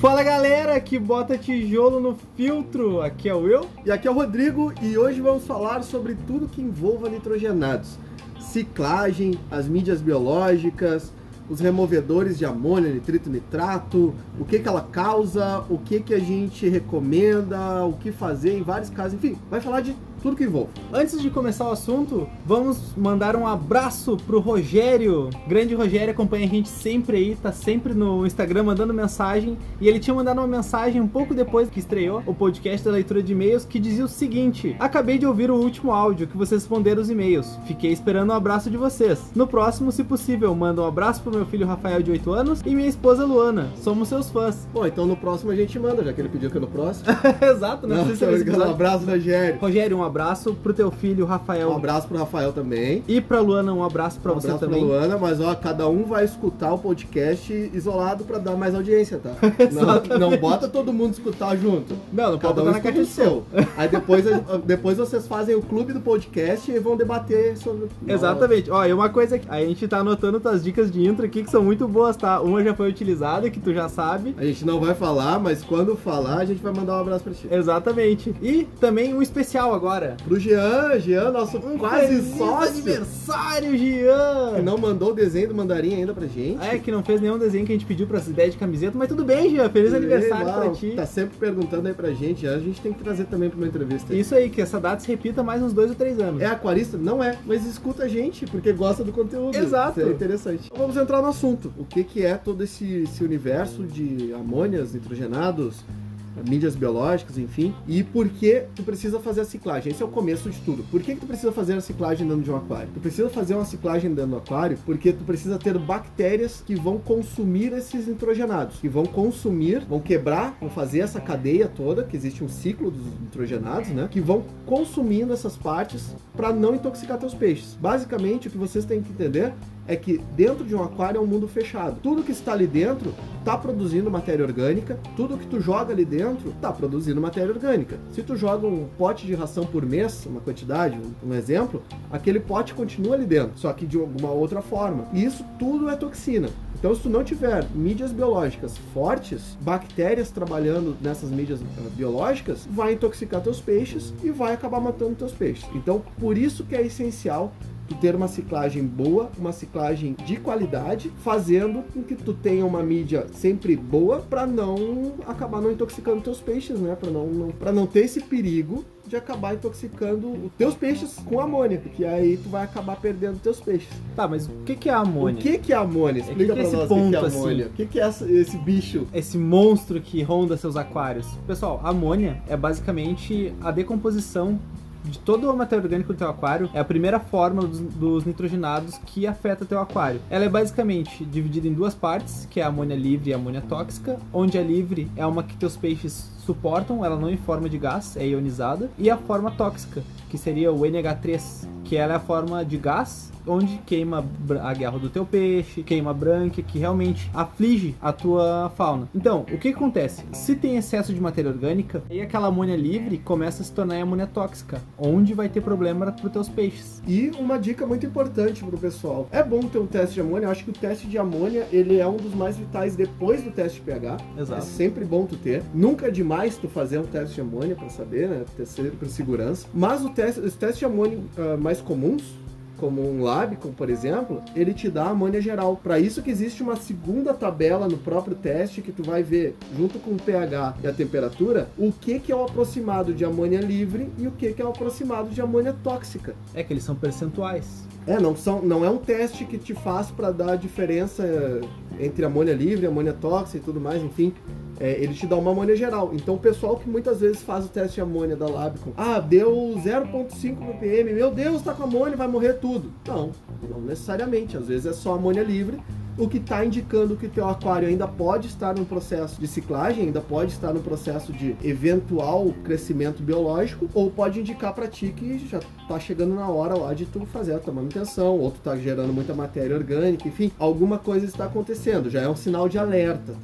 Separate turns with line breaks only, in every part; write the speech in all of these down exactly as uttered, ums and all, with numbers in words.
Fala galera que bota tijolo no filtro, aqui é o Will.
E aqui é o Rodrigo e hoje vamos falar sobre tudo que envolva nitrogenados. Ciclagem, as mídias biológicas, os removedores de amônia, nitrito, nitrato, o que que ela causa, o que que a gente recomenda, o que fazer em vários casos, enfim, vai falar de tudo que envolve.
Antes de começar o assunto, vamos mandar um abraço pro Rogério. Grande Rogério, acompanha a gente sempre aí, tá sempre no Instagram mandando mensagem. E ele tinha mandado uma mensagem um pouco depois que estreou o podcast da leitura de e-mails, que dizia o seguinte: acabei de ouvir o último áudio que vocês responderam os e-mails. Fiquei esperando um abraço de vocês. No próximo, se possível, manda um abraço pro meu filho Rafael de oito anos e minha esposa Luana. Somos seus fãs.
Bom, então no próximo a gente manda, já que ele pediu que no próximo.
Exato, não, não precisa ser
um abraço, Rogério.
Rogério, um abraço pro teu filho Rafael.
Um abraço pro Rafael também.
E pra Luana, um abraço pra
um
você
abraço
também.
Pra Luana, mas ó, cada um vai escutar o podcast isolado pra dar mais audiência, tá? não, não bota todo mundo escutar junto.
Não, não
cada
pode
um
botar na caixa
o seu. Aí depois, depois vocês fazem o clube do podcast e vão debater sobre...
Exatamente. Ó, e uma coisa que a gente tá anotando tuas dicas de intro aqui que são muito boas, tá? Uma já foi utilizada, que tu já sabe.
A gente não vai falar, mas quando falar, a gente vai mandar um abraço pra ti.
Exatamente. E também um especial agora.
Pro Jean, Jean, nosso um quase sócio.
Aniversário, Jean!
Que não mandou o desenho do mandarim ainda pra gente.
É, que não fez nenhum desenho que a gente pediu pras ideias de camiseta, mas tudo bem, Jean. Feliz
Tudo
aniversário
bem,
pra
uau,
ti.
Tá sempre perguntando aí pra gente, a gente tem que trazer também pra uma entrevista.
Isso aí, que essa data se repita mais uns dois ou três anos.
É aquarista? Não é, mas escuta a gente, porque gosta do conteúdo.
Exato.
Isso é interessante. Então vamos entrar no assunto. O que que é todo esse, esse universo de amônias, nitrogenados, mídias biológicas, enfim, e por que tu precisa fazer a ciclagem. Esse é o começo de tudo. Por que que tu precisa fazer a ciclagem dentro de um aquário? Tu precisa fazer uma ciclagem dentro do aquário porque tu precisa ter bactérias que vão consumir esses nitrogenados, que vão consumir, vão quebrar, vão fazer essa cadeia toda, que existe um ciclo dos nitrogenados, né, que vão consumindo essas partes para não intoxicar teus peixes. Basicamente, o que vocês têm que entender é que dentro de um aquário é um mundo fechado. Tudo que está ali dentro está produzindo matéria orgânica, tudo que tu joga ali dentro está produzindo matéria orgânica. Se tu joga um pote de ração por mês, uma quantidade, um, um exemplo, aquele pote continua ali dentro, só que de alguma outra forma. E isso tudo é toxina. Então, se tu não tiver mídias biológicas fortes, bactérias trabalhando nessas mídias uh, biológicas, vai intoxicar teus peixes e vai acabar matando teus peixes. Então, por isso que é essencial tu ter uma ciclagem boa, uma ciclagem de qualidade, fazendo com que tu tenha uma mídia sempre boa para não acabar não intoxicando teus peixes, né? Para não, não, para não ter esse perigo de acabar intoxicando os teus peixes com amônia, porque aí tu vai acabar perdendo teus peixes.
Tá, mas o que que é a amônia?
O que que é a amônia? Explica
é que
pra
que
nós
esse ponto,
o que é a amônia.
assim,
o que que é essa, esse bicho?
Esse monstro que ronda seus aquários. Pessoal, a amônia é basicamente a decomposição de toda a matéria orgânica do teu aquário. É a primeira forma dos, dos nitrogenados que afeta teu aquário. Ela é basicamente dividida em duas partes, que é a amônia livre e a amônia tóxica, onde a livre é uma que teus peixes suportam, ela não em forma de gás, é ionizada, e a forma tóxica, que seria o N H três, que ela é a forma de gás, onde queima a guerra do teu peixe, queima a brânquia, que realmente aflige a tua fauna. Então, o que acontece? Se tem excesso de matéria orgânica, aí aquela amônia livre começa a se tornar amônia tóxica, onde vai ter problema para os teus peixes.
E uma dica muito importante pro pessoal. É bom ter um teste de amônia. Eu acho que o teste de amônia, ele é um dos mais vitais depois do teste de pH.
Exato.
É sempre bom tu ter. Nunca é demais tu fazer um teste de amônia para saber, né? Ter sempre segurança. Mas o teste, os testes de amônia uh, mais comuns, como um Labicon, por exemplo, ele te dá a amônia geral. Para isso que existe uma segunda tabela no próprio teste que tu vai ver, junto com o pH e a temperatura, o que que é o aproximado de amônia livre e o que que é o aproximado de amônia tóxica.
É que eles são percentuais.
É, não, são, não é um teste que te faz para dar a diferença entre amônia livre, amônia tóxica e tudo mais, enfim. É, ele te dá uma amônia geral. Então o pessoal que muitas vezes faz o teste de amônia da Labicon, ah, deu zero vírgula cinco ppm, meu Deus, tá com amônia, vai morrer tudo. Não, não necessariamente. Às vezes é só amônia livre, o que está indicando que o teu aquário ainda pode estar no processo de ciclagem, ainda pode estar no processo de eventual crescimento biológico, ou pode indicar para ti que já está chegando na hora lá de tu fazer a tua manutenção, ou tu está gerando muita matéria orgânica, enfim, alguma coisa está acontecendo, já é um sinal de alerta, tá?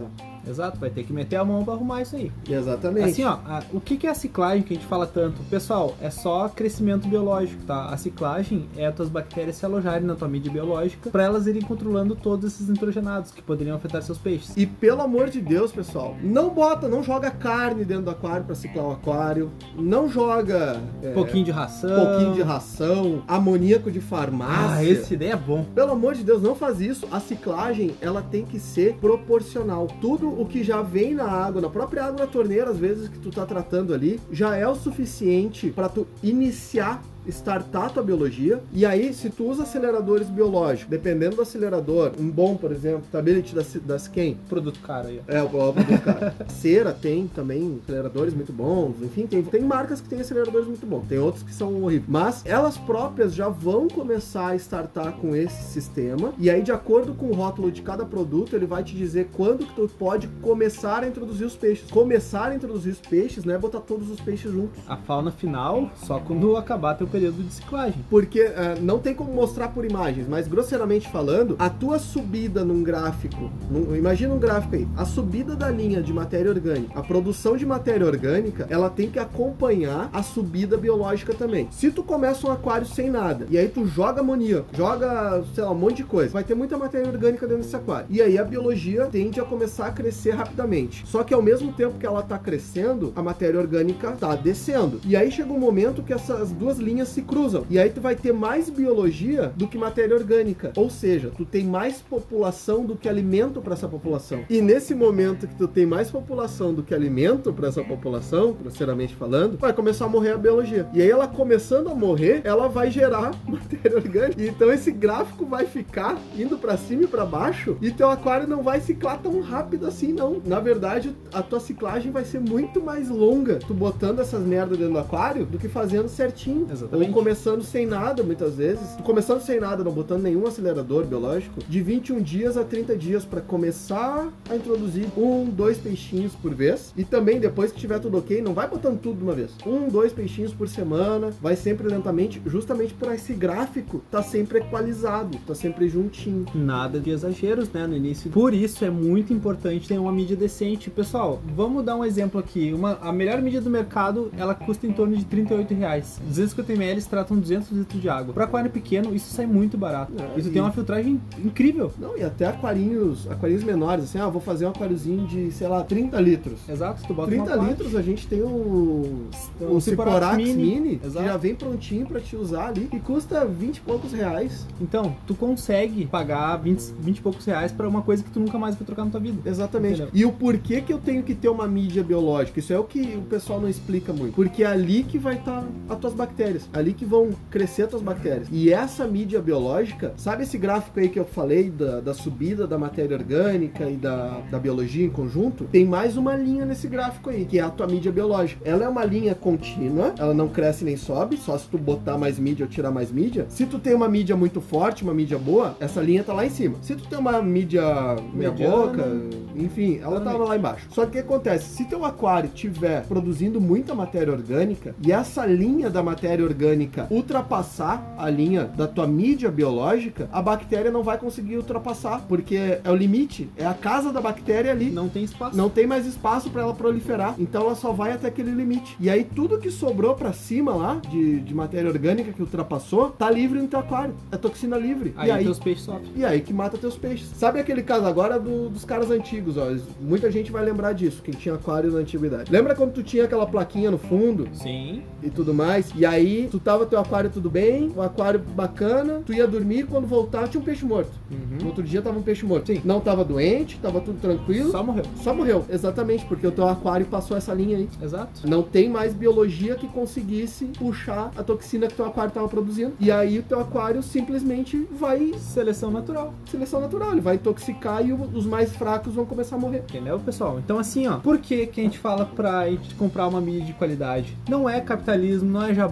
Exato, vai ter que meter a mão pra arrumar isso aí.
Exatamente.
Assim, ó, a, o que, que é a ciclagem que a gente fala tanto? Pessoal, é só crescimento biológico, tá? A ciclagem é as tuas bactérias se alojarem na tua mídia biológica pra elas irem controlando todos esses nitrogenados que poderiam afetar seus peixes.
E pelo amor de Deus, pessoal, não bota, não joga carne dentro do aquário pra ciclar o aquário, não joga...
Um pouquinho de ração.
pouquinho de ração, amoníaco de farmácia.
Ah, esse ideia é bom.
Pelo amor de Deus, não faz isso. A ciclagem, ela tem que ser proporcional. Tudo o que já vem na água, na própria água da torneira, às vezes que tu tá tratando ali, já é o suficiente para tu iniciar startar a tua biologia. E aí, se tu usa aceleradores biológicos, dependendo do acelerador, um bom, por exemplo, Stability da, da Skem,
Produto caro aí.
é, o produto caro. Cera tem também aceleradores muito bons, enfim, tem, tem marcas que tem aceleradores muito bons, tem outros que são horríveis, mas elas próprias já vão começar a startar com esse sistema, e aí, de acordo com o rótulo de cada produto, ele vai te dizer quando que tu pode começar a introduzir os peixes. Começar a introduzir os peixes, não é botar todos os peixes juntos.
A fauna final, só quando acabar teu período de ciclagem.
Porque uh, não tem como mostrar por imagens, mas grosseiramente falando, a tua subida num gráfico, num, imagina um gráfico aí, a subida da linha de matéria orgânica, a produção de matéria orgânica, ela tem que acompanhar a subida biológica também. Se tu começa um aquário sem nada, e aí tu joga amoníaco, joga, sei lá, um monte de coisa, vai ter muita matéria orgânica dentro desse aquário. E aí a biologia tende a começar a crescer rapidamente. Só que ao mesmo tempo que ela tá crescendo, a matéria orgânica tá descendo. E aí chega um momento que essas duas linhas se cruzam. E aí tu vai ter mais biologia do que matéria orgânica. Ou seja, tu tem mais população do que alimento para essa população. E nesse momento que tu tem mais população do que alimento para essa população, grosseiramente falando, vai começar a morrer a biologia. E aí ela começando a morrer, ela vai gerar matéria orgânica. E então esse gráfico vai ficar indo para cima e para baixo, e teu aquário não vai ciclar tão rápido assim, não. Na verdade, a tua ciclagem vai ser muito mais longa, tu botando essas merdas dentro do aquário, do que fazendo certinho.
Exatamente.
Ou começando sem nada, muitas vezes. Começando sem nada, não botando nenhum acelerador biológico, de vinte e um dias a trinta dias para começar a introduzir um, dois peixinhos por vez. E também, depois que tiver tudo ok, não vai botando tudo de uma vez. Um, dois peixinhos por semana, vai sempre lentamente, justamente por esse gráfico tá sempre equalizado, tá sempre juntinho.
Nada de exageros, né, no início. Por isso é muito importante ter uma mídia decente. Pessoal, vamos dar um exemplo aqui. Uma, a melhor mídia do mercado, ela custa em torno de trinta e oito reais. duzentos e cinquenta mililitros tratam duzentos litros de água. Para aquário pequeno, isso sai muito barato. É, isso e... tem uma filtragem incrível.
Não, e até aquarinhos, aquarinhos menores, assim, ah, vou fazer um aquáriozinho de, sei lá, trinta litros.
Exato, tu bota
trinta litros, a gente tem o, o, o Ciporax Mini, Mini que já vem prontinho para te usar ali, e custa vinte e poucos reais.
Então, tu consegue pagar vinte, vinte e poucos reais para uma coisa que tu nunca mais vai trocar na tua vida.
Exatamente. Entendeu? E o porquê que eu tenho que ter uma mídia biológica? Isso é o que o pessoal não explica muito. Porque é ali que vai estar tá as tuas bactérias. Ali que vão crescer as tuas bactérias. E essa mídia biológica, sabe esse gráfico aí que eu falei da, da subida da matéria orgânica e da, da biologia em conjunto? Tem mais uma linha nesse gráfico aí, que é a tua mídia biológica. Ela é uma linha contínua, ela não cresce nem sobe, só se tu botar mais mídia ou tirar mais mídia. Se tu tem uma mídia muito forte, uma mídia boa, essa linha tá lá em cima. Se tu tem uma mídia meia boca, enfim, ela tá lá embaixo. Só que o que acontece? Se teu aquário tiver produzindo muita matéria orgânica e essa linha da matéria orgânica ultrapassar a linha da tua mídia biológica, a bactéria não vai conseguir ultrapassar, porque é o limite, é a casa da bactéria ali.
Não tem espaço.
Não tem mais espaço para ela proliferar, então ela só vai até aquele limite. E aí tudo que sobrou para cima lá, de, de matéria orgânica que ultrapassou, tá livre no teu aquário. É toxina livre.
Aí,
e aí
teus peixes sofrem.
E aí que mata teus peixes. Sabe aquele caso agora do, dos caras antigos, ó? Muita gente vai lembrar disso, quem tinha aquário na antiguidade. Lembra quando tu tinha aquela plaquinha no fundo?
Sim.
E tudo mais? E aí, tu tava teu aquário tudo bem, o aquário bacana, tu ia dormir, quando voltar tinha um peixe morto.
Uhum.
No outro dia tava um peixe morto.
Sim.
Não tava doente, tava tudo tranquilo.
Só morreu.
Só morreu, exatamente, porque o teu aquário passou essa linha aí.
Exato.
Não tem mais biologia que conseguisse puxar a toxina que teu aquário tava produzindo. E aí o teu aquário simplesmente vai...
Seleção natural.
Seleção natural, ele vai intoxicar e os mais fracos vão começar a morrer.
Entendeu, pessoal? Então assim, ó, por que que a gente fala pra gente comprar uma mídia de qualidade? Não é capitalismo, não é jabá. Realmente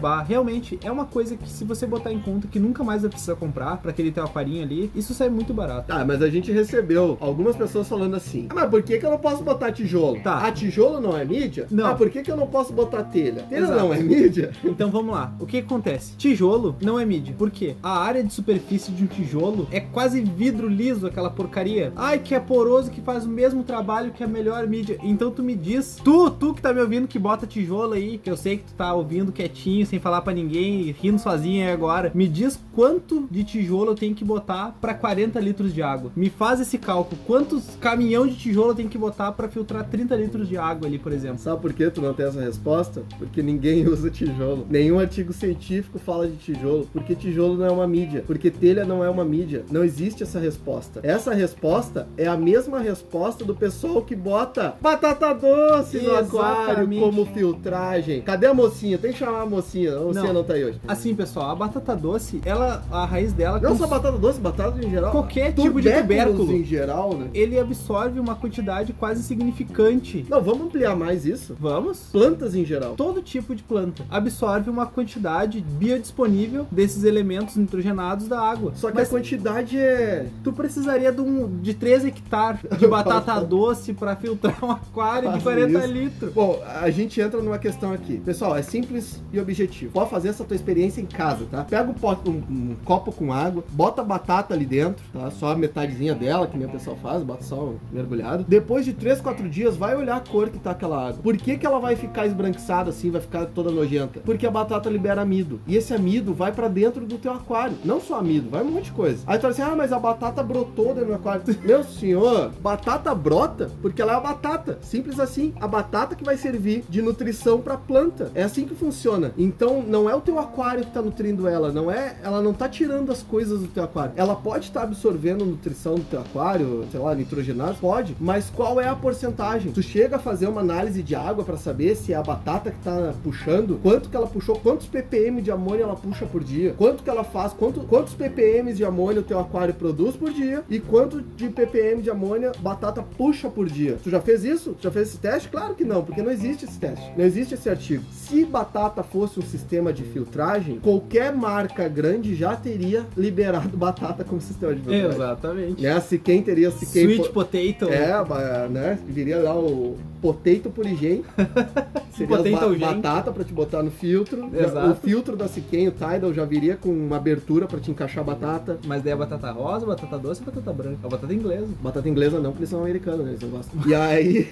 realmente é uma coisa que, se você botar em conta que nunca mais vai precisar comprar pra aquele teu aquarinho ali, isso sai muito barato.
Ah, mas a gente recebeu algumas pessoas falando assim: ah, mas por que que eu não posso botar tijolo?
Tá.
Ah, tijolo não é mídia?
Não.
Ah, por que que eu não posso botar telha? Telha
Exato.
não é mídia?
Então vamos lá. O que que acontece? Tijolo não é mídia. Por quê? A área de superfície de um tijolo é quase vidro liso, aquela porcaria. Ai, que é poroso, que faz o mesmo trabalho que a melhor mídia. Então tu me diz, tu, tu que tá me ouvindo, que bota tijolo aí, que eu sei que tu tá ouvindo quietinho, sem falar pra ninguém, rindo sozinho aí agora, me diz quanto de tijolo eu tenho que botar pra quarenta litros de água. Me faz esse cálculo. Quantos caminhão de tijolo eu tenho que botar pra filtrar trinta litros de água ali, por exemplo?
Sabe por que tu não tem essa resposta? Porque ninguém usa tijolo. Nenhum artigo científico fala de tijolo. Porque tijolo não é uma mídia. Porque telha não é uma mídia. Não existe essa resposta. Essa resposta é a mesma resposta do pessoal que bota batata doce no aquário como filtragem. Cadê a mocinha? Tem que chamar a mocinha. A mocinha não, não tá aí hoje.
Assim, pessoal, a batata doce, ela, a raiz dela...
Não cons... só batata doce, batata em geral.
Qualquer tipo de tubérculo.
em geral, né?
Ele absorve uma quantidade quase significante.
Não, vamos ampliar mais isso?
Vamos.
Plantas em geral.
Todo tipo de planta absorve uma quantidade biodisponível desses elementos nitrogenados da água.
Só que
Mas
a quantidade é...
tu precisaria de, um, de três hectares de batata doce para filtrar um aquário de quarenta isso. litros.
Bom, a gente entra numa questão aqui. Pessoal, é simples e objetivo. Pode fazer essa tua experiência em casa, tá? Pega um, pote, um, um copo com água, bota a batata ali dentro, tá? Só a metadezinha dela, que nem o pessoal faz, bota só um mergulhado. Depois de três, quatro dias, vai olhar a cor que tá aquela água. Por que que ela vai ficar esbranquiçada assim, vai ficar toda nojenta? Porque a batata libera amido. E esse amido vai pra dentro do teu aquário. Não só amido, vai um monte de coisa. Aí tu fala assim, ah, mas a batata brotou dentro do meu aquário. Meu senhor, batata brota porque ela é a batata. Simples assim. A batata que vai servir de nutrição pra planta. É assim que funciona. Então, não é o teu aquário que tá nutrindo ela. Não é, ela não tá tirando as coisas do teu aquário. Ela pode estar tá absorvendo nutrição do teu aquário, sei lá, nitrogenado, pode. Mas qual é a porcentagem? Tu chega a fazer uma análise de água pra saber se é a batata que tá puxando, quanto que ela puxou, quantos ppm de amônia ela puxa por dia, quanto que ela faz, quanto, quantos ppm de amônia o teu aquário produz por dia e quanto de ppm de amônia batata puxa por dia. Tu já fez isso? Tu já fez esse teste? Claro que não, porque não existe esse teste. Não existe esse artigo. Se batata fosse um sistema de filtragem, qualquer marca grande já teria liberado batata como sistema de filtragem.
Exatamente.
Né? Se quem teria se quem
Sweet po potato.
É, né? Viria lá o potato purigen. Seria
Potato
ba batata pra te botar no filtro. Já, o filtro da Siquem, o Tidal, já viria com uma abertura pra te encaixar a batata.
Mas daí a batata rosa, batata doce ou batata branca? A batata inglesa.
Batata inglesa não, porque eles são americanos, né? Eles não gostam. E aí...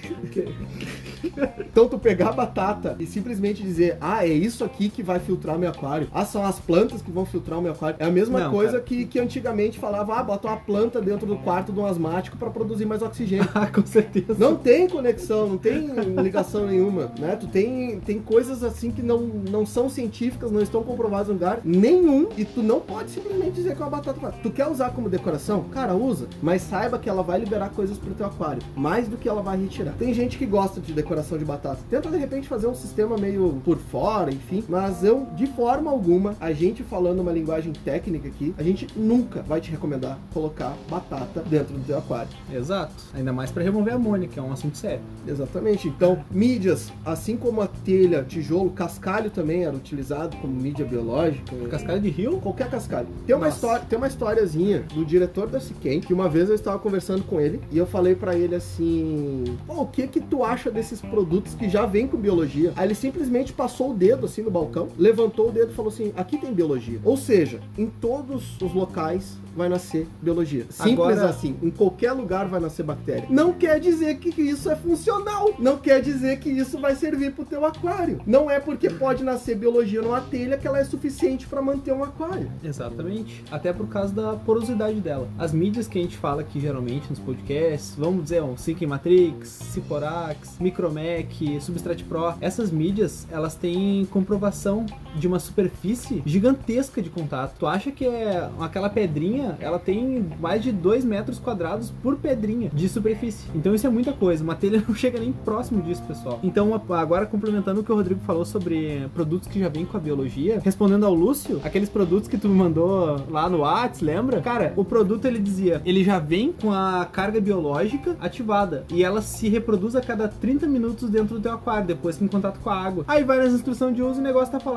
Então tu pegar a batata e simplesmente dizer, ah, é isso aqui que vai filtrar meu aquário. Ah, são as plantas que vão filtrar o meu aquário. É a mesma não, coisa que, que antigamente falava, ah, bota uma planta dentro do quarto de um asmático pra produzir mais oxigênio.
Ah, com certeza.
Não tem conexão, não tem ligação nenhuma, né? Tu tem, tem coisas assim que não, não são científicas, não estão comprovadas em lugar nenhum e tu não pode simplesmente dizer que é uma batata faz. Tu quer usar como decoração? Cara, usa, mas saiba que ela vai liberar coisas pro teu aquário, mais do que ela vai retirar. Tem gente que gosta de decoração de batata. Tenta, de repente, fazer um sistema meio por fora, enfim, mas eu, de forma alguma, a gente falando uma linguagem técnica aqui, a gente nunca vai te recomendar colocar batata dentro do teu aquário.
Exato. Ainda mais para remover amônia, que é um assunto sério.
Exatamente. Então, mídias, assim como a telha, tijolo, cascalho também era utilizado como mídia biológica.
Cascalho de rio?
Qualquer cascalho. Tem uma, história, tem uma historiazinha do diretor da Siquem, que uma vez eu estava conversando com ele e eu falei pra ele assim, pô, o que que tu acha desses produtos que já vêm com biologia? Aí ele simplesmente passou o dedo assim no balcão, levantou o dedo e falou assim, aqui tem biologia. Ou seja, em todos os locais vai nascer biologia. Simples Agora... assim. Em qualquer lugar vai nascer bactéria. Não quer dizer que isso é funcional. Não quer dizer que isso vai servir pro teu aquário. Não é porque pode nascer biologia numa telha que ela é suficiente para manter um aquário.
Exatamente. Até por causa da porosidade dela. As mídias que a gente fala aqui geralmente nos podcasts, vamos dizer, um Siquem Matrix, Siporax, Micromec, Substrat Pro, essas mídias, elas têm comprovação de uma superfície gigantesca de contato. Tu acha que é aquela pedrinha, ela tem mais de dois metros quadrados por pedrinha de superfície. Então isso é muita coisa. Uma telha não chega nem próximo disso, pessoal. Então agora complementando o que o Rodrigo falou sobre produtos que já vêm com a biologia, respondendo ao Lúcio, aqueles produtos que tu me mandou lá no WhatsApp, lembra? Cara, o produto ele dizia, ele já vem com a carga biológica ativada e ela se reproduz a cada trinta minutos dentro do teu aquário, depois que em contato com a água. Aí vai nas instruções de uso e o negócio tá falado.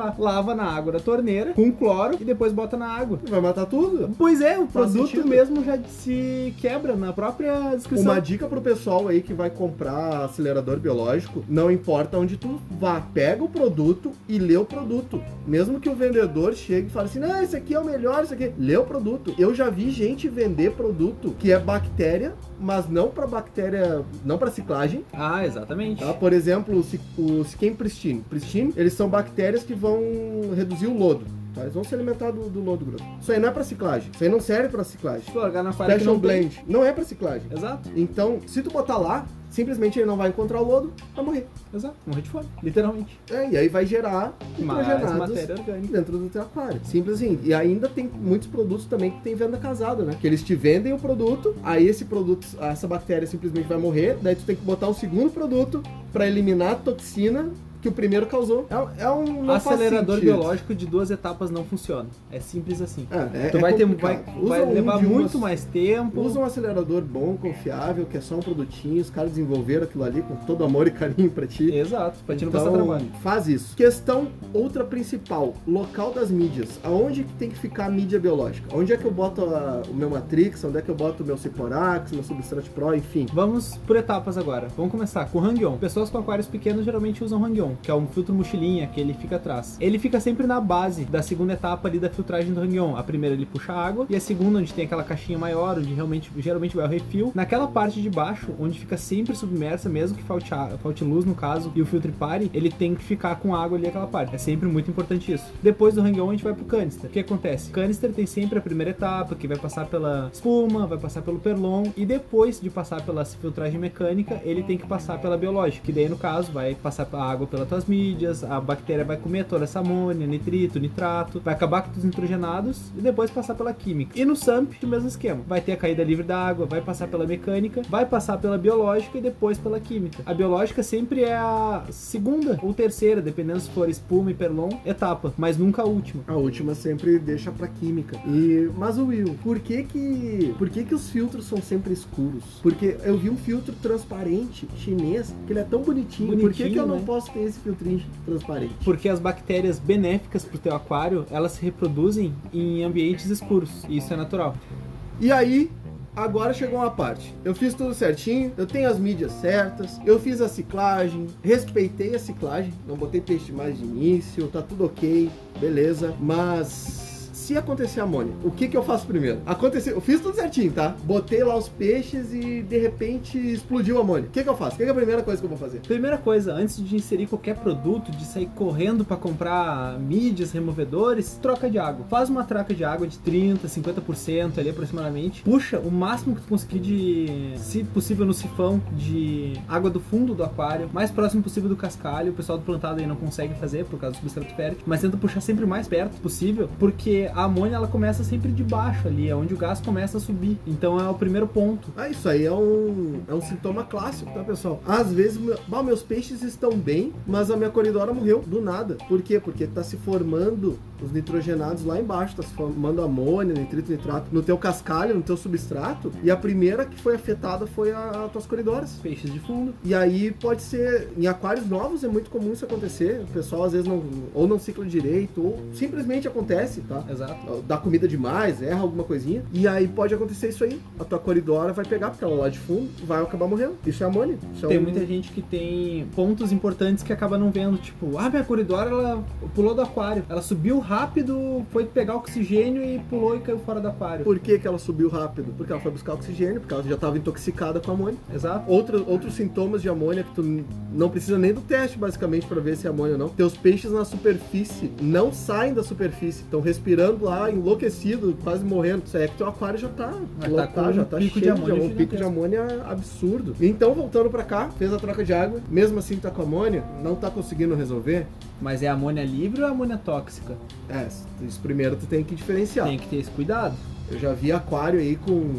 lá. Lava na água da torneira, com cloro, e depois bota na água.
Vai matar tudo.
Pois é, o
Faz
produto
sentido.
mesmo já se quebra na própria descrição.
Uma dica pro pessoal aí que vai comprar acelerador biológico, não importa onde tu vá, pega o produto e lê o produto. Mesmo que o vendedor chegue e fale assim, não, esse aqui é o melhor, isso aqui. Lê o produto. Eu já vi gente vender produto que é bactéria, mas não para bactéria, não para ciclagem.
Ah, exatamente.
Tá? Por exemplo, o, Ci- o Siquem Pristine. Pristine, eles são bactérias que vão reduzir o lodo. Tá? Eles vão se alimentar do, do lodo grosso. Isso aí não é para ciclagem. Isso aí não serve para ciclagem.
Se tu largar na aquário que
Special
não tem-
Blend não é para ciclagem.
Exato,
Então, se tu botar lá, simplesmente ele não vai encontrar o lodo, vai morrer.
exato. Morrer de fome, literalmente.
É, e aí vai gerar
Mais
nitrogenados
matéria orgânica.
dentro do teu aquário. Simples assim. E ainda tem muitos produtos também que tem venda casada, né? Que eles te vendem o produto, aí esse produto, essa bactéria simplesmente vai morrer, daí tu tem que botar um segundo produto para eliminar a toxina que o primeiro causou. É, é um não faz
Acelerador
sentido.
biológico de duas etapas não funciona. É simples assim.
É, é,
tu
é
vai, ter, vai,
complicado. Usa
vai
um
levar
de umas-
muito mais tempo.
Usa um acelerador bom, confiável, que é só um produtinho, os caras desenvolveram aquilo ali com todo amor e carinho pra ti.
Exato, pra te não
Então,
passar trabalho.
faz isso. Questão outra principal, local das mídias. Aonde que tem que ficar a mídia biológica? Onde é que eu boto a- o meu Matrix? Onde é que eu boto o meu Ciporax, meu Substrat Pro, enfim.
Vamos por etapas agora. Vamos começar com o Hang-On. Pessoas com aquários pequenos geralmente usam Hang-On, que é um filtro mochilinha que ele fica atrás. Ele fica sempre na base da segunda etapa ali da filtragem do Hang-On. A primeira ele puxa água e a segunda onde tem aquela caixinha maior, onde realmente geralmente vai o refil. Naquela parte de baixo, onde fica sempre submersa, mesmo que falte, a- falte luz no caso e o filtro pare, ele tem que ficar com água ali aquela parte. É sempre muito importante isso. Depois do Hang-On a gente vai pro canister. O que acontece? O canister tem sempre a primeira etapa, que vai passar pela espuma, vai passar pelo perlon e depois de passar pela filtragem mecânica, ele tem que passar pela biológica, que daí no caso vai passar a água pelas tuas mídias, a bactéria vai comer toda essa amônia, nitrito, nitrato, vai acabar com os nitrogenados e depois passar pela química. E no S A M P, o mesmo esquema. Vai ter a caída livre da água, vai passar pela mecânica, vai passar pela biológica e depois pela química. A biológica sempre é a segunda ou terceira, dependendo se for espuma e perlon, etapa, mas nunca a última.
A última sempre deixa pra química. E, mas o Will, por que que, por que que os filtros são sempre escuros? Porque eu vi um filtro transparente chinês, que ele é tão bonitinho. por que que eu
Bonitinho,
não
né?
posso ter esse filtrinho transparente?
Porque as bactérias benéficas pro teu aquário, elas se reproduzem em ambientes escuros, e isso é natural.
E aí, agora chegou uma parte. Eu fiz tudo certinho, eu tenho as mídias certas, eu fiz a ciclagem, respeitei a ciclagem, não botei peixe demais de início, tá tudo ok, beleza. Mas se acontecer amônia, o que que eu faço primeiro? Aconteceu, eu fiz tudo certinho, tá? Botei lá os peixes e de repente explodiu a amônia. O que que eu faço? O que que é a primeira coisa que eu vou fazer?
Primeira coisa, antes de inserir qualquer produto, de sair correndo para comprar mídias, removedores, troca de água. Faz uma troca de água de trinta, cinquenta por cento ali aproximadamente. Puxa o máximo que tu conseguir de, se possível no sifão, de água do fundo do aquário, mais próximo possível do cascalho. O pessoal do plantado aí não consegue fazer por causa do substrato fértil, mas tenta puxar sempre o mais perto possível, porque a amônia ela começa sempre de baixo ali, é onde o gás começa a subir. Então é o primeiro ponto.
Ah, isso aí é um, é um sintoma clássico, tá, pessoal? Às vezes, meu, bah, meus peixes estão bem, mas a minha coridora morreu do nada. Por quê? Porque tá se formando os nitrogenados lá embaixo, tá se formando amônia, nitrito, nitrato no teu cascalho, no teu substrato, e a primeira que foi afetada foi a, a tuas coridoras.
Peixes de fundo.
E aí pode ser, em aquários novos é muito comum isso acontecer, o pessoal às vezes não, ou não cicla direito, ou simplesmente acontece, tá?
Exato.
Dá comida demais, erra alguma coisinha, e aí pode acontecer isso aí. A tua coridora vai pegar, porque ela lá de fundo vai acabar morrendo. Isso é amônia. Isso é
Tem
um-
muita gente que tem pontos importantes que acaba não vendo, tipo, ah, minha coridora, ela pulou do aquário. Ela subiu rápido, foi pegar oxigênio e pulou e caiu fora do aquário.
Por que que ela subiu rápido? Porque ela foi buscar oxigênio, porque ela já estava intoxicada com amônia.
Exato.
Outro, outros sintomas de amônia que tu n- não precisa nem do teste, basicamente, para ver se é amônia ou não. Teus peixes na superfície não saem da superfície, estão respirando lá, enlouquecido, quase morrendo. Isso aí é que teu aquário já tá
Vai
lotado,
tá com
já
um
tá
pico
cheio
de amônia
um pico de
gigantesco.
amônia absurdo. Então, voltando pra cá, fez a troca de água, mesmo assim tá com amônia, não tá conseguindo resolver.
Mas é amônia livre ou é amônia tóxica?
É, isso primeiro tu tem que diferenciar.
Tem que ter esse cuidado.
Eu já vi aquário aí com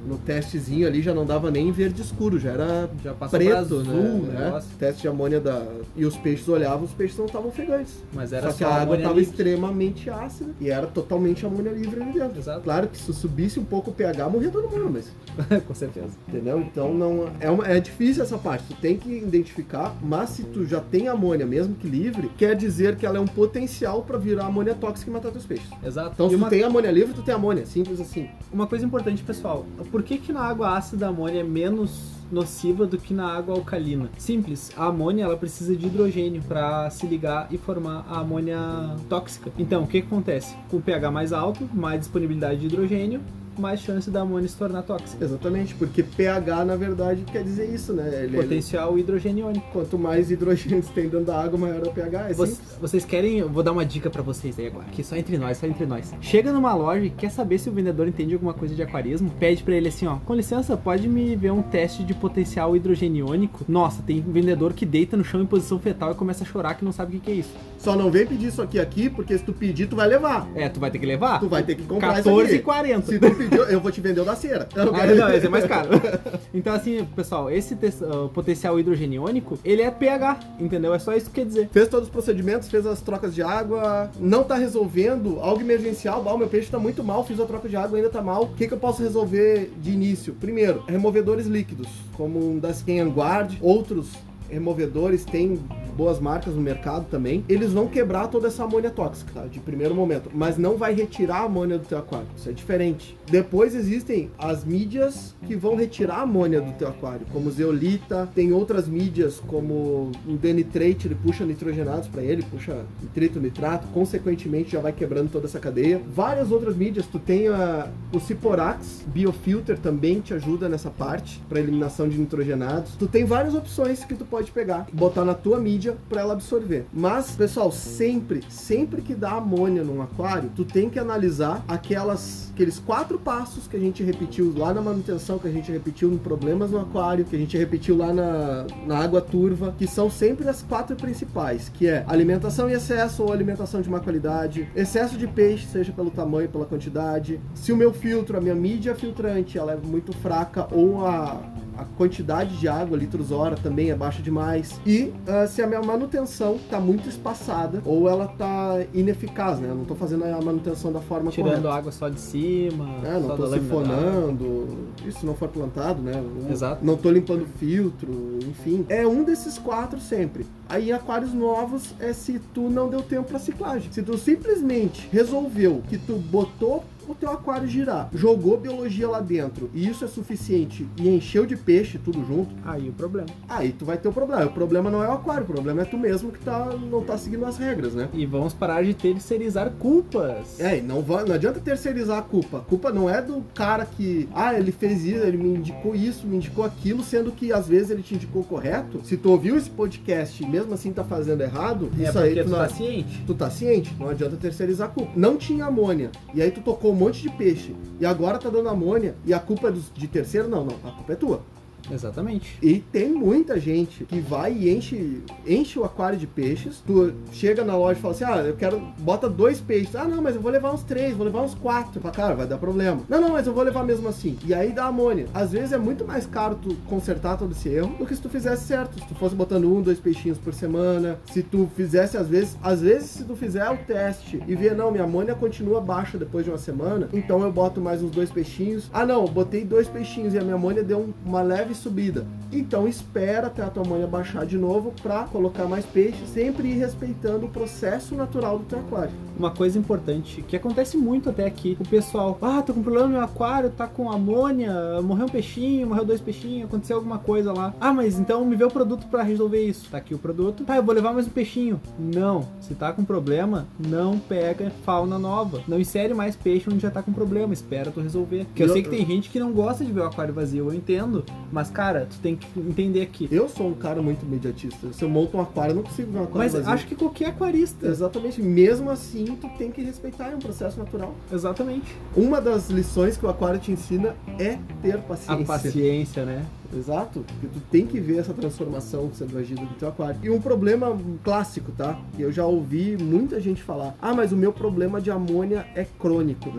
no testezinho ali já não dava nem verde escuro, já era
Já passou
preto,
pra azul,
né?
o
É.
negócio.
Teste de amônia da... E os peixes olhavam, os peixes não estavam ofegantes.
Mas era
Só que
só
a água
amônia
estava
livre.
extremamente ácida e era totalmente amônia livre ali dentro.
Exato.
Claro que se subisse um pouco o pH, morria todo mundo, mas...
Com certeza.
Entendeu? Então não é, uma, é difícil essa parte. Tu tem que identificar, mas se tu já tem amônia, mesmo que livre, quer dizer que ela é um potencial para virar amônia tóxica e matar teus peixes.
Exato.
Então
E
se
uma,
tu tem amônia livre, tu tem amônia. Simples assim.
uma coisa importante, pessoal. Por que que na água ácida a amônia é menos nociva do que na água alcalina? Simples. A amônia ela precisa de hidrogênio para se ligar e formar a amônia tóxica. Então, o que que acontece? Com o pH mais alto, mais disponibilidade de hidrogênio, mais chance da amônia se tornar tóxica.
Exatamente, porque pH na verdade quer dizer isso, né? Ele,
Potencial hidrogeniônico.
quanto mais hidrogênio você tem dentro da água, maior é o pH. É
Vocês,
simples.
vocês querem, eu vou dar uma dica pra vocês aí agora, que só entre nós, só entre nós. Chega numa loja e quer saber se o vendedor entende alguma coisa de aquarismo, pede pra ele assim, ó, com licença, pode me ver um teste de potencial hidrogeniônico? Nossa, tem vendedor que deita no chão em posição fetal e começa a chorar que não sabe o que que é isso.
Só não vem pedir isso aqui aqui, porque se tu pedir, tu vai levar.
É, tu vai ter que levar?
Tu vai ter que comprar
quatorze
isso
e
aqui.
quarenta.
Se tu pedir, eu vou te vender o da cera. Eu não
Ah,
quero-
não, esse é mais caro. Então, assim, pessoal, esse tes- uh, potencial hidrogeniônico, ele é pH, entendeu? É só isso que quer dizer.
Fez todos os procedimentos, fez as trocas de água, não tá resolvendo, algo emergencial, ah, o meu peixe tá muito mal, fiz a troca de água, ainda tá mal. O que que eu posso resolver de início? Primeiro, removedores líquidos, como um da Scan Guard, outros removedores têm boas marcas no mercado também. Eles vão quebrar toda essa amônia tóxica, tá? De primeiro momento, mas não vai retirar a amônia do teu aquário. Isso é diferente. Depois existem as mídias que vão retirar a amônia do teu aquário, como zeolita, tem outras mídias como o denitrate, ele puxa nitrogenados para ele, puxa nitrito, nitrato, consequentemente já vai quebrando toda essa cadeia. Várias outras mídias, tu tem a, o Ciporax Biofilter também te ajuda nessa parte para eliminação de nitrogenados. Tu tem várias opções que tu pode pegar, botar na tua mídia para ela absorver. Mas, pessoal, sempre, sempre que dá amônia num aquário, tu tem que analisar aquelas, aqueles quatro passos que a gente repetiu lá na manutenção, que a gente repetiu em problemas no aquário, que a gente repetiu lá na, na água turva, que são sempre as quatro principais, que é alimentação em excesso ou alimentação de má qualidade, excesso de peixe, seja pelo tamanho, pela quantidade, se o meu filtro, a minha mídia filtrante, ela é muito fraca ou a a quantidade de água, litros hora, também é baixa demais. E uh, se a minha manutenção está muito espaçada ou ela está ineficaz, né? Eu não estou fazendo a manutenção da forma
Tirando
correta.
água só de cima,
É, não
só
estou
da lâmina d'água.
sifonando, isso não for plantado, né? Não-
Exato.
Não estou limpando filtro, enfim. É um desses quatro sempre. Aí, aquários novos é se tu não deu tempo para ciclagem. Se tu simplesmente resolveu que tu botou o teu aquário girar, jogou biologia lá dentro e isso é suficiente e encheu de peixe tudo junto,
Aí o problema.
aí tu vai ter o problema. O problema não é o aquário, o problema é tu mesmo que tá, não tá seguindo as regras, né?
E vamos parar de terceirizar culpas.
É, e não, vai, não adianta terceirizar a culpa. A culpa não é do cara que, ah, ele fez isso, ele me indicou isso, me indicou aquilo, sendo que às vezes ele te indicou correto. Se tu ouviu esse podcast e mesmo assim tá fazendo errado,
É
isso aí
porque
tu
tu
não,
tá ciente.
tu tá ciente, não adianta terceirizar a culpa. Não tinha amônia, e aí tu tocou um monte de peixe, e agora tá dando amônia, e a culpa é dos, de terceiro? Não, não, a culpa é tua.
Exatamente.
E tem muita gente que vai e enche, enche o aquário de peixes. Tu chega na loja e fala assim, ah, eu quero, bota dois peixes. Ah, não, mas eu vou levar uns três, vou levar uns quatro. Fala, cara, vai dar problema. Não, não, mas eu vou levar mesmo assim. E aí dá amônia. Às vezes é muito mais caro tu consertar todo esse erro do que se tu fizesse certo. Se tu fosse botando um, dois peixinhos por semana. Se tu fizesse, às vezes, às vezes se tu fizer o teste e ver, não, minha amônia continua baixa depois de uma semana, então eu boto mais uns dois peixinhos. Ah, não, eu botei dois peixinhos e a minha amônia deu um- uma leve subida. Então espera até a tua amônia baixar de novo para colocar mais peixe, sempre ir respeitando o processo natural do teu aquário.
Uma coisa importante, que acontece muito até aqui, o pessoal, ah, tô com problema no meu aquário, tá com amônia, morreu um peixinho, morreu dois peixinhos, aconteceu alguma coisa lá. Ah, mas então me vê o produto pra resolver isso. Tá aqui o produto. Tá, eu vou levar mais um peixinho. Não, se tá com problema, não pega fauna nova. Não insere mais peixe onde já tá com problema, espera tu resolver. Porque eu
E
sei
eu-
que tem gente que não gosta de ver o aquário vazio, eu entendo. Mas, cara, tu tem que entender aqui.
Eu sou um cara muito imediatista. Se eu monto um aquário, eu não consigo ver um aquário
Mas
vazio.
acho que qualquer aquarista.
Exatamente. Mesmo assim, tu tem que respeitar, é um processo natural.
Exatamente.
Uma das lições que o aquário te ensina é ter paciência.
A paciência, né?
Exato, porque tu tem que ver essa transformação sendo agida no teu aquário. E um problema clássico, tá? Que eu já ouvi muita gente falar: ah, mas o meu problema de amônia é crônico. Não,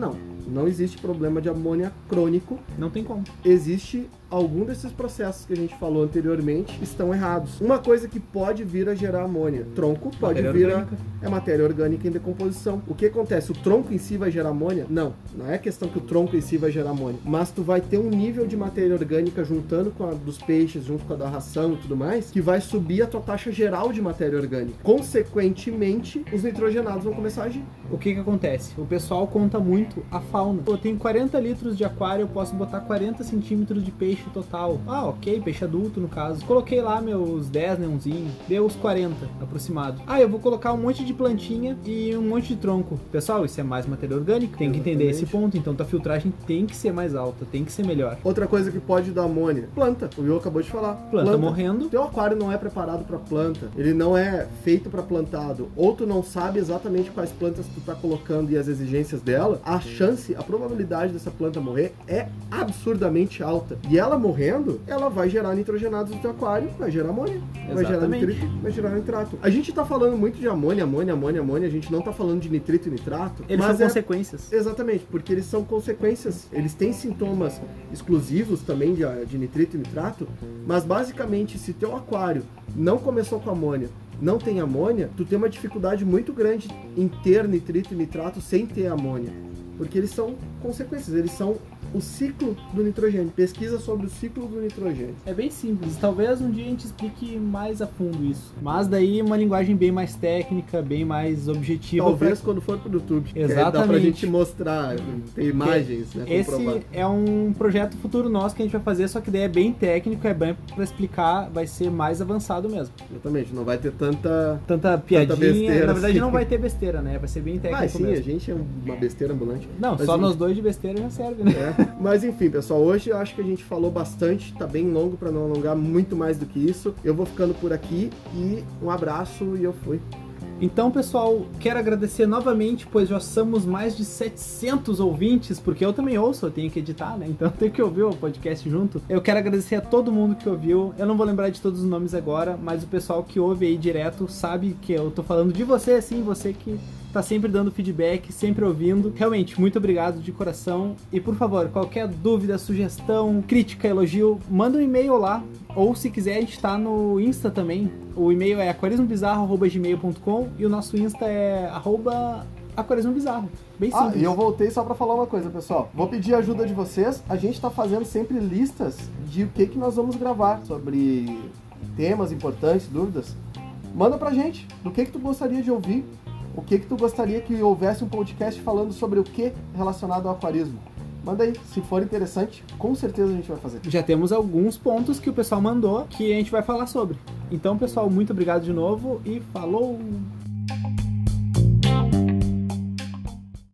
Não existe problema de amônia crônico.
Não tem como.
Existe algum desses processos que a gente falou anteriormente estão errados. Uma coisa que pode vir a gerar amônia. Tronco pode
Matéria
vir
orgânica.
a... É matéria orgânica em decomposição. O que acontece? O tronco em si vai gerar amônia? Não. Não é questão que o tronco em si vai gerar amônia. Mas tu vai ter um nível de matéria orgânica juntando com a dos peixes, junto com a da ração e tudo mais, que vai subir a tua taxa geral de matéria orgânica. Consequentemente, os nitrogenados vão começar a agir.
O que que acontece? O pessoal conta muito a fauna. Eu tenho quarenta litros de aquário, eu posso botar quarenta centímetros de peixe total. Ah, ok, peixe adulto no caso. Coloquei lá meus dez neonzinhos, deu os quarenta aproximado. Ah, eu vou colocar um monte de plantinha e um monte de tronco. Pessoal, isso é mais matéria orgânica, tem que entender esse ponto. Então tua filtragem tem que ser mais alta, tem que ser melhor.
Outra coisa que pode dar amônia, planta. O Will acabou de falar.
Planta, planta. morrendo.
Teu aquário não é preparado para planta. Ele não é feito para plantado. Ou tu não sabe exatamente quais plantas tu tá colocando e as exigências dela. A chance, a probabilidade dessa planta morrer é absurdamente alta. E ela morrendo, ela vai gerar nitrogenados no teu aquário, vai gerar amônia.
Exatamente.
Vai gerar nitrito, vai gerar nitrato. A gente tá falando muito de amônia, amônia, amônia, amônia. A gente não tá falando de nitrito e nitrato.
Eles
mas
são
é...
consequências.
Exatamente, porque eles são consequências. Eles têm sintomas exclusivos também de, de nitrito e nitrato, mas basicamente, se teu aquário não começou com amônia, não tem amônia, tu tem uma dificuldade muito grande em ter nitrito e nitrato sem ter amônia. Porque eles são consequências, eles são o ciclo do nitrogênio. Pesquisa sobre o ciclo do nitrogênio.
É bem simples. Talvez um dia a gente explique mais a fundo isso. Mas daí uma linguagem bem mais técnica, bem mais objetiva.
Talvez
pra...
quando for pro YouTube.
Exatamente.
Dá pra gente mostrar, ter imagens, né?
Esse é um projeto futuro nosso que a gente vai fazer, só que daí é bem técnico, é bem pra explicar, vai ser mais avançado mesmo.
Exatamente. Não vai ter tanta...
Tanta piadinha.
Tanta besteira,
Na verdade
assim.
Não vai ter besteira, né? Vai ser bem técnico
Ah, sim,
mesmo.
A gente é uma besteira ambulante.
Não,
Mas,
só
enfim.
nós dois de besteira já serve, né?
É. Mas enfim, pessoal, hoje eu acho que a gente falou bastante, tá bem longo para não alongar muito mais do que isso. Eu vou ficando por aqui e um abraço e eu fui.
Então, pessoal, quero agradecer novamente, pois já somos mais de setecentos ouvintes, porque eu também ouço, eu tenho que editar, né? Então eu tenho que ouvir o podcast junto. Eu quero agradecer a todo mundo que ouviu. Eu não vou lembrar de todos os nomes agora, mas o pessoal que ouve aí direto sabe que eu tô falando de você, assim, você que tá sempre dando feedback, sempre ouvindo. Realmente, muito obrigado de coração. E por favor, qualquer dúvida, sugestão, crítica, elogio, manda um e-mail lá. Ou se quiser, a gente tá no Insta também. O e-mail é aquarismobizarro arroba gmail ponto com e o nosso Insta é arroba aquarismobizarro. Bem simples.
Ah, e eu voltei só pra falar uma coisa, pessoal. Vou pedir a ajuda de vocês. A gente tá fazendo sempre listas de o que, que nós vamos gravar sobre temas importantes, dúvidas. Manda pra gente do que, que tu gostaria de ouvir. O que que tu gostaria que houvesse um podcast falando sobre o que relacionado ao aquarismo? Manda aí, se for interessante, com certeza a gente vai fazer.
Já temos alguns pontos que o pessoal mandou que a gente vai falar sobre. Então, pessoal, muito obrigado de novo e falou!